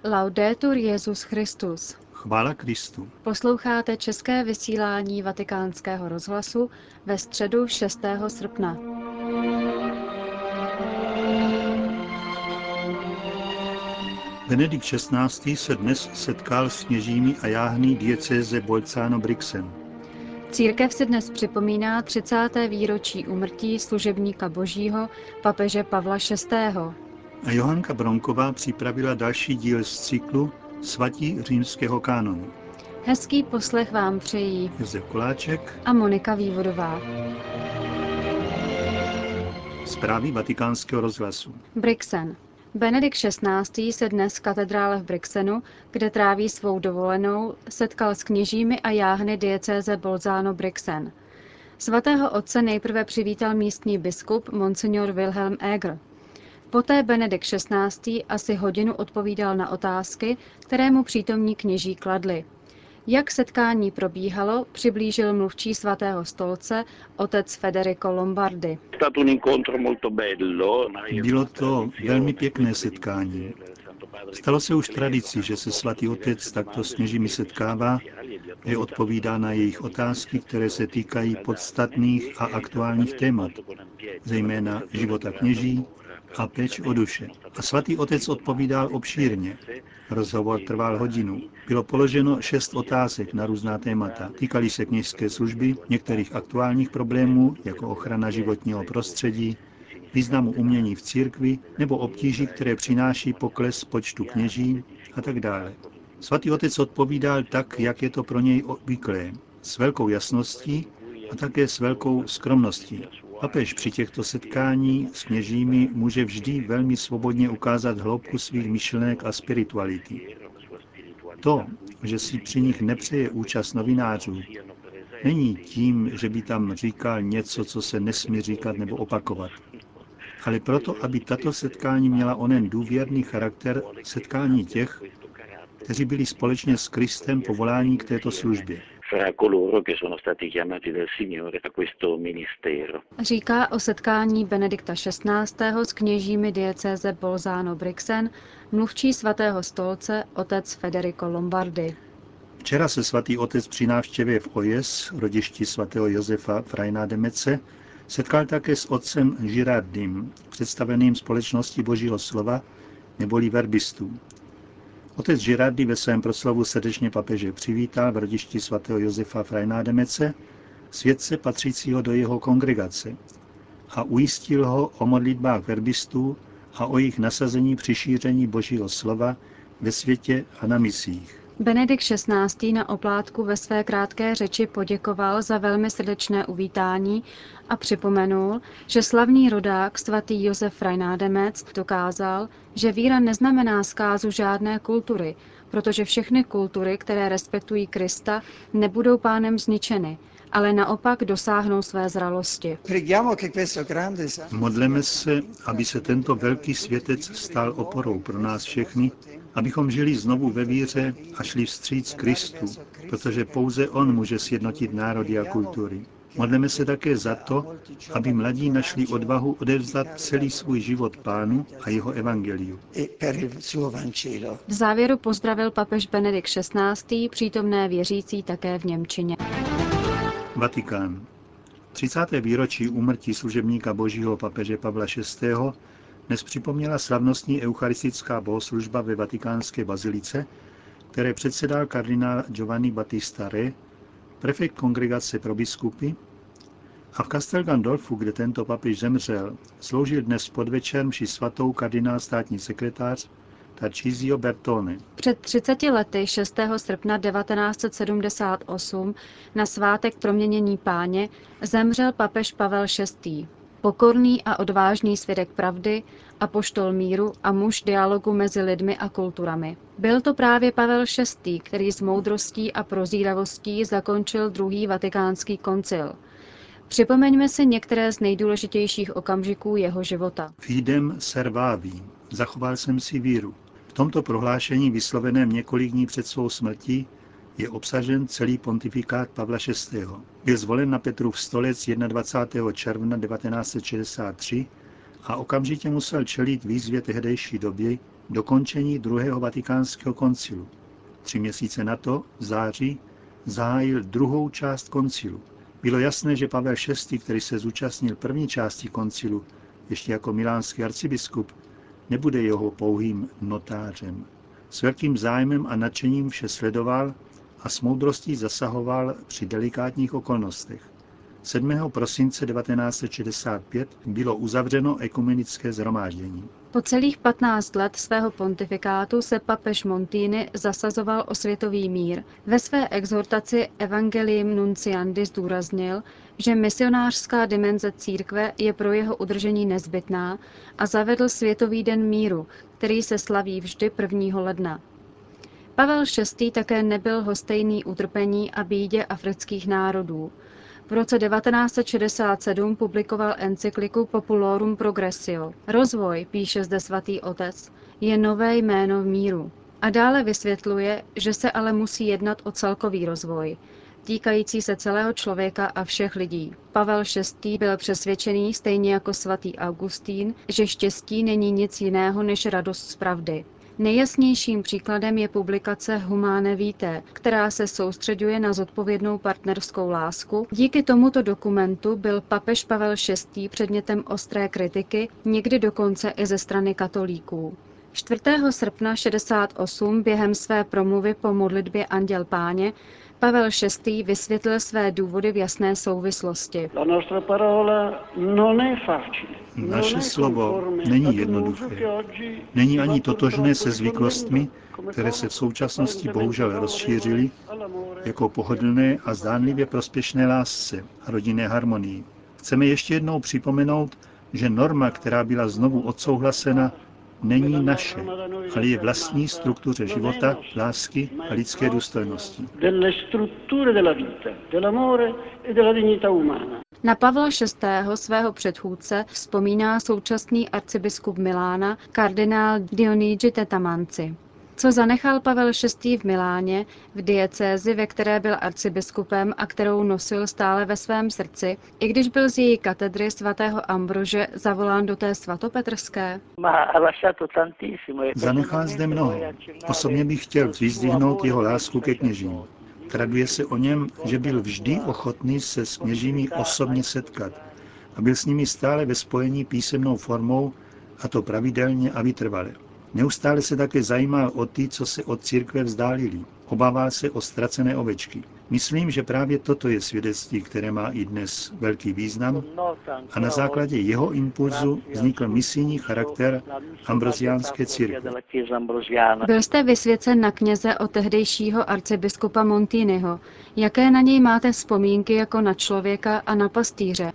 Laudetur Jesus Christus. Chvála Kristu. Posloucháte české vysílání Vatikánského rozhlasu ve středu 6. srpna. Benedikt XVI. Se dnes setkal s kněžími a jáhny diecéze Bolzano-Brixen. Církev si dnes připomíná 30. výročí úmrtí služebníka Božího papeže Pavla VI. A Johanka Bronková připravila další díl z cyklu Svatí římského kánonu. Hezký poslech vám přejí Josef Koláček a Monika Vývodová. Zprávy Vatikánského rozhlasu. Brixen. Benedikt XVI. Se dnes v katedrále v Brixenu, kde tráví svou dovolenou, setkal s kněžími a jáhny diecéze Bolzano-Brixen. Svatého otce nejprve přivítal místní biskup Monsignor Wilhelm Eger. Poté Benedikt XVI. Asi hodinu odpovídal na otázky, které mu přítomní kněží kladli. Jak setkání probíhalo, přiblížil mluvčí Svatého stolce otec Federico Lombardi. Bylo to velmi pěkné setkání. Stalo se už tradicí, že se svatý otec takto s kněžími setkává, že odpovídá na jejich otázky, které se týkají podstatných a aktuálních témat, zejména života kněží a péč o duše. A svatý otec odpovídal obšírně. Rozhovor trval hodinu. Bylo položeno 6 otázek na různá témata. Týkaly se kněžské služby, některých aktuálních problémů, jako ochrana životního prostředí, významu umění v církvi nebo obtíží, které přináší pokles počtu kněží a tak dále. Svatý otec odpovídal tak, jak je to pro něj obvyklé, s velkou jasností a také s velkou skromností. Papež při těchto setkání s kněžími může vždy velmi svobodně ukázat hloubku svých myšlenek a spirituality. To, že si při nich nepřeje účast novinářů, není tím, že by tam říkal něco, co se nesmí říkat nebo opakovat, ale proto, aby tato setkání měla onen důvěrný charakter setkání těch, kteří byli společně s Kristem povoláni k této službě. Říká o setkání Benedikta XVI. S kněžími diecéze Bolzano-Brixen mluvčí Svatého stolce otec Federico Lombardi. Včera se svatý otec při návštěvě v Ojes, rodišti svatého Josefa Frajna de Metze, setkal také s otcem Girardim, představeným společnosti Božího slova, neboli verbistů. Otec Girardi ve svém proslovu srdečně papeže přivítal v rodišti svatého Josefa Frajna de Metze, světce patřícího do jeho kongregace, a ujistil ho o modlitbách verbistů a o jejich nasazení při šíření Božího slova ve světě a na misích. Benedikt XVI. Na oplátku ve své krátké řeči poděkoval za velmi srdečné uvítání a připomenul, že slavný rodák svatý Josef Frajnádemec dokázal, že víra neznamená zkázu žádné kultury, protože všechny kultury, které respektují Krista, nebudou pánem zničeny, ale naopak dosáhnou své zralosti. Modleme se, aby se tento velký světec stal oporou pro nás všechny, abychom žili znovu ve víře a šli vstříc Kristu, protože pouze on může sjednotit národy a kultury. Modleme se také za to, aby mladí našli odvahu odevzdat celý svůj život Pánu a jeho evangeliu. V závěru pozdravil papež Benedikt XVI. Přítomné věřící také v němčině. Vatikán. 30. výročí úmrtí služebníka Božího papeže Pavla VI. Dnes připomněla slavnostní eucharistická bohoslužba ve vatikánské bazilice, které předsedal kardinál Giovanni Battista Re, prefekt kongregace pro biskupy, a v Castel Gandolfu, kde tento papež zemřel, sloužil dnes v podvečer mši svatou kardinál státní sekretář Tarcisio Bertone. Před 30 lety 6. srpna 1978 na svátek Proměnění Páně zemřel papež Pavel VI. Pokorný a odvážný svědek pravdy, apoštol míru a muž dialogu mezi lidmi a kulturami. Byl to právě Pavel VI., který s moudrostí a prozíravostí zakončil druhý vatikánský koncil. Připomeňme si některé z nejdůležitějších okamžiků jeho života. Fidem servavi. Zachoval jsem si víru. V tomto prohlášení vysloveném několik dní před svou smrtí je obsažen celý pontifikát Pavla VI. Byl zvolen na Petrův stolec 21. června 1963 a okamžitě musel čelit výzvě tehdejší doby dokončení druhého vatikánského koncilu. 3 měsíce na to, v září, zahájil druhou část koncilu. Bylo jasné, že Pavel VI., který se zúčastnil první části koncilu, ještě jako milánský arcibiskup, nebude jeho pouhým notářem. S velkým zájmem a nadšením vše sledoval a s moudrostí zasahoval při delikátních okolnostech. 7. prosince 1965 bylo uzavřeno ekumenické shromáždění. Po celých 15 let svého pontifikátu se papež Montini zasazoval o světový mír. Ve své exhortaci Evangelium Nunciandi zdůraznil, že misionářská dimenze církve je pro jeho udržení nezbytná a zavedl Světový den míru, který se slaví vždy 1. ledna. Pavel VI. Také nebyl lhostejný utrpení a bídě afrických národů. V roce 1967 publikoval encykliku Populorum Progressio. Rozvoj, píše zde svatý otec, je nové jméno v míru. A dále vysvětluje, že se ale musí jednat o celkový rozvoj, týkající se celého člověka a všech lidí. Pavel VI. Byl přesvědčený, stejně jako svatý Augustín, že štěstí není nic jiného než radost z pravdy. Nejjasnějším příkladem je publikace Humane Vitae, která se soustřeďuje na zodpovědnou partnerskou lásku. Díky tomuto dokumentu byl papež Pavel VI. Předmětem ostré kritiky, někdy dokonce i ze strany katolíků. 4. srpna 68 během své promluvy po modlitbě Anděl Páně Pavel VI. Vysvětlil své důvody v jasné souvislosti. Naše slovo není jednoduché. Není ani totožné se zvyklostmi, které se v současnosti bohužel rozšířily, jako pohodlné a zdánlivě prospěšné lásce a rodinné harmonii. Chceme ještě jednou připomenout, že norma, která byla znovu odsouhlasena, není naše, ale je vlastní struktuře života, lásky a lidské důstojnosti. Na Pavla VI. Svého předchůdce vzpomíná současný arcibiskup Milána kardinál Dionigi Tetamanci. Co zanechal Pavel VI. V Miláně, v diecézi, ve které byl arcibiskupem a kterou nosil stále ve svém srdci, i když byl z její katedry svatého Ambrože zavolán do té svatopetrské? Zanechal zde mnoho. Osobně bych chtěl vyzdvihnout jeho lásku ke kněžím. Traduje se o něm, že byl vždy ochotný se s kněžími osobně setkat a byl s nimi stále ve spojení písemnou formou, a to pravidelně a vytrvale. Neustále se také zajímal o ty, co se od církve vzdálili. Obával se o ztracené ovečky. Myslím, že právě toto je svědectví, které má i dnes velký význam a na základě jeho impulzu vznikl misijní charakter ambroziánské církve. Byl jste vysvěcen na kněze od tehdejšího arcibiskupa Montiniho. Jaké na něj máte vzpomínky jako na člověka a na pastýře?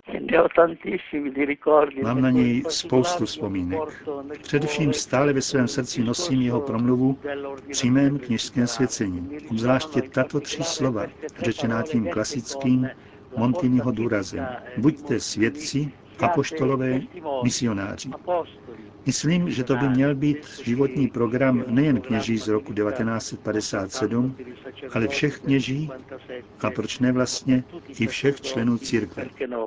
Mám na něj spoustu vzpomínek. Především stále ve svém srdci nosím jeho promluvu při mém kněžském svěcení. Obzvláště tato 3 slova, řečená tím klasickým Montiniho důrazem. Buďte svědci, apoštolové, misionáři. Myslím, že to by měl být životní program nejen kněží z roku 1957, ale všech kněží a proč ne vlastně i všech členů církve.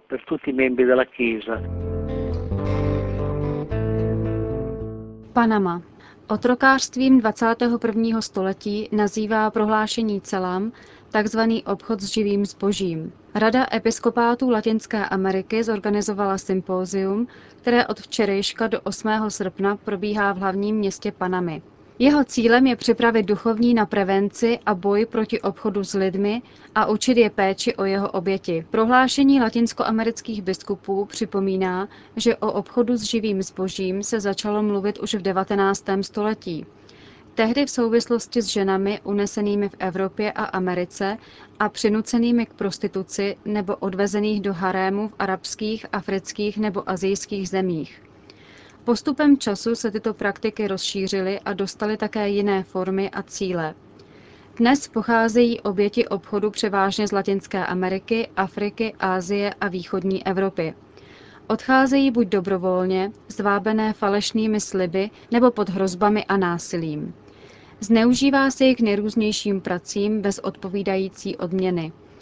Panama. Otrokářstvím 21. století nazývá prohlášení Celam takzvaný obchod s živým zbožím. Rada episkopátů Latinské Ameriky zorganizovala sympózium, které od včerejška do 8. srpna probíhá v hlavním městě Panamy. Jeho cílem je připravit duchovní na prevenci a boj proti obchodu s lidmi a učit je péči o jeho oběti. Prohlášení latinskoamerických biskupů připomíná, že o obchodu s živým zbožím se začalo mluvit už v 19. století. Tehdy v souvislosti s ženami unesenými v Evropě a Americe a přinucenými k prostituci nebo odvezených do harému v arabských, afrických nebo asijských zemích. Postupem času se tyto praktiky rozšířily a dostaly také jiné formy a cíle. Dnes pocházejí oběti obchodu převážně z Latinské Ameriky, Afriky, Asie a východní Evropy. Odcházejí buď dobrovolně, zvábené falešnými sliby nebo pod hrozbami a násilím. Zneužívá se je k nejrůznějším pracím bez odpovídající odměny.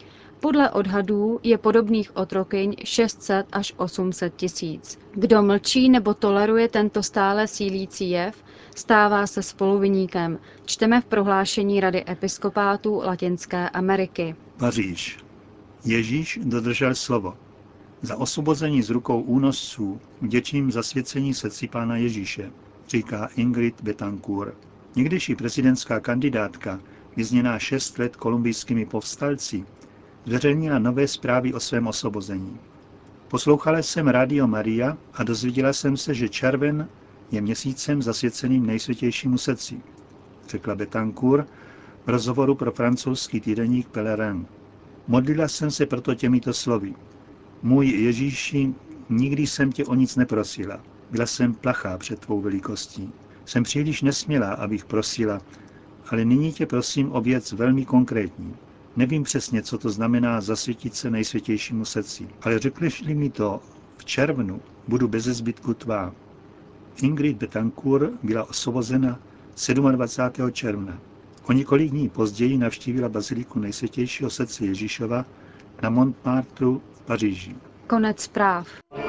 Podle odhadů je podobných otrokyň 600 až 800 tisíc. Kdo mlčí nebo toleruje tento stále sílící jev, stává se spoluviníkem, čteme v prohlášení Rady episkopátů Latinské Ameriky. Paříž. Ježíš dodržel slovo. Za osvobození z rukou únosců vděčím zasvěcení srdci Pána Ježíše, říká Ingrid Betancourt. Někdejší prezidentská kandidátka, vězněná 6 let kolumbijskými povstalci, zveřejnila nové zprávy o svém osvobození. Poslouchala jsem Radio Maria a dozvěděla jsem se, že červen je měsícem zasvěceným Nejsvětějšímu srdci, řekla Betancourt v rozhovoru pro francouzský týdeník Pelerin. Modlila jsem se proto těmito slovy. Můj Ježíši, nikdy jsem tě o nic neprosila. Byla jsem plachá před tvou velikostí. Jsem příliš nesmělá, abych prosila, ale nyní tě prosím o věc velmi konkrétní. Nevím přesně, co to znamená zasvětit se Nejsvětějšímu srdci, ale řekneš-li mi to v červnu, budu beze zbytku tvá. Ingrid Betancourt byla osvobozena 27. června. O několik dní později navštívila baziliku Nejsvětějšího srdce Ježíšova na Montmartre v Paříži. Konec zpráv.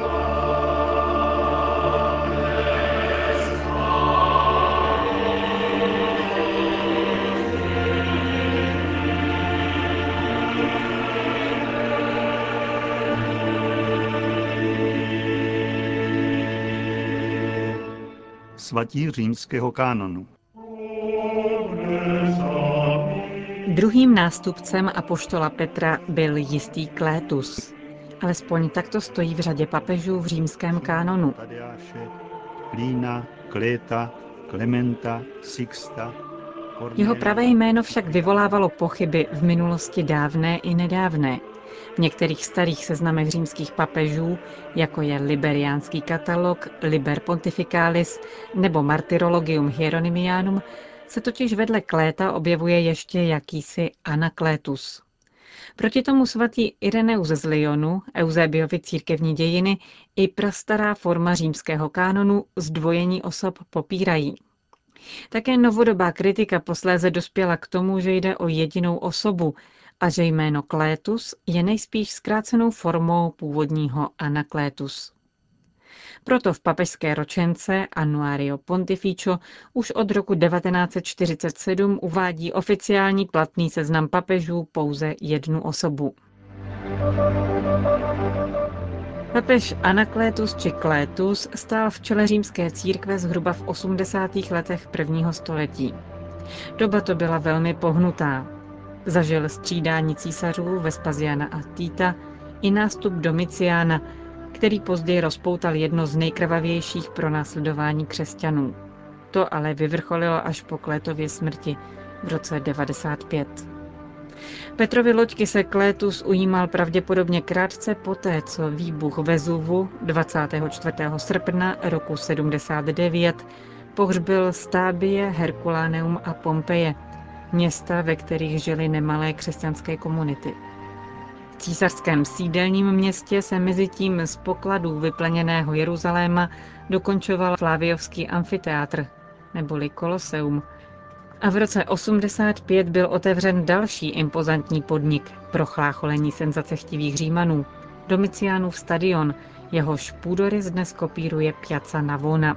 Svatí římského kánonu. Druhým nástupcem apoštola Petra byl jistý Klétus. Alespoň takto stojí v řadě papežů v římském kánonu. Tadeáše, Klína, Kléta, Klementa, Sixta. Jeho pravé jméno však vyvolávalo pochyby v minulosti dávné i nedávné. V některých starých seznamech římských papežů, jako je Liberiánský katalog, Liber Pontificalis nebo Martyrologium Hieronymianum, se totiž vedle Kléta objevuje ještě jakýsi Anaklétus. Proti tomu svatý Ireneus z Lyonu, Eusebiovi církevní dějiny i prastará forma římského kánonu zdvojení osob popírají. Také novodobá kritika posléze dospěla k tomu, že jde o jedinou osobu a že jméno Klétus je nejspíš zkrácenou formou původního Anaklétus. Proto v papežské ročence Annuario Pontificio už od roku 1947 uvádí oficiální platný seznam papežů pouze jednu osobu. Papež Anaklétus či Klétus stál v čele římské církve zhruba v 80. letech 1. století. Doba to byla velmi pohnutá. Zažil střídání císařů Vespasiana a Tita i nástup Domiciána, který později rozpoutal jedno z nejkrvavějších pronásledování křesťanů. To ale vyvrcholilo až po Klétově smrti v roce 95. Petrovi loďky se Klétus ujímal pravděpodobně krátce poté, co výbuch Vezuvu 24. srpna roku 79 pohřbil Stábie, Herkuláneum a Pompeje, města, ve kterých žily nemalé křesťanské komunity. V císařském sídelním městě se mezitím z pokladů vyplněného Jeruzaléma dokončoval Flaviovský amfiteátr, neboli Koloseum, a v roce 85 byl otevřen další impozantní podnik pro chlácholení senzacechtivých Římanů, Domiciánův stadion, jehož půdorys dnes kopíruje Piazza Navona.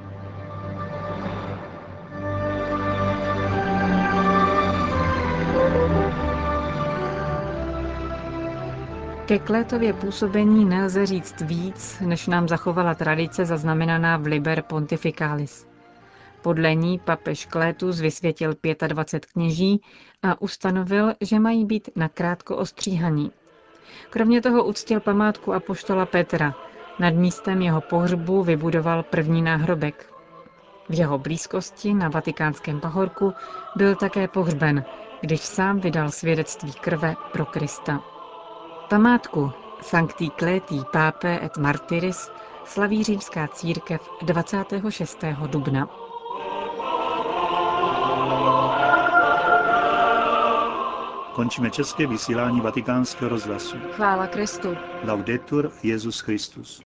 Ke Klétově působení nelze říct víc, než nám zachovala tradice zaznamenaná v Liber Pontificalis. Podle ní papež Klétus vysvětil 25 kněží a ustanovil, že mají být nakrátko ostříhaní. Kromě toho uctil památku apoštola Petra. Nad místem jeho pohřbu vybudoval první náhrobek. V jeho blízkosti na Vatikánském pahorku byl také pohřben, když sám vydal svědectví krve pro Krista. Památku Sancti Cleti Papae et Martyris slaví římská církev 26. dubna. Končíme české vysílání Vatikánského rozhlasu. Chvála Kristu. Laudetur Jesus Christus.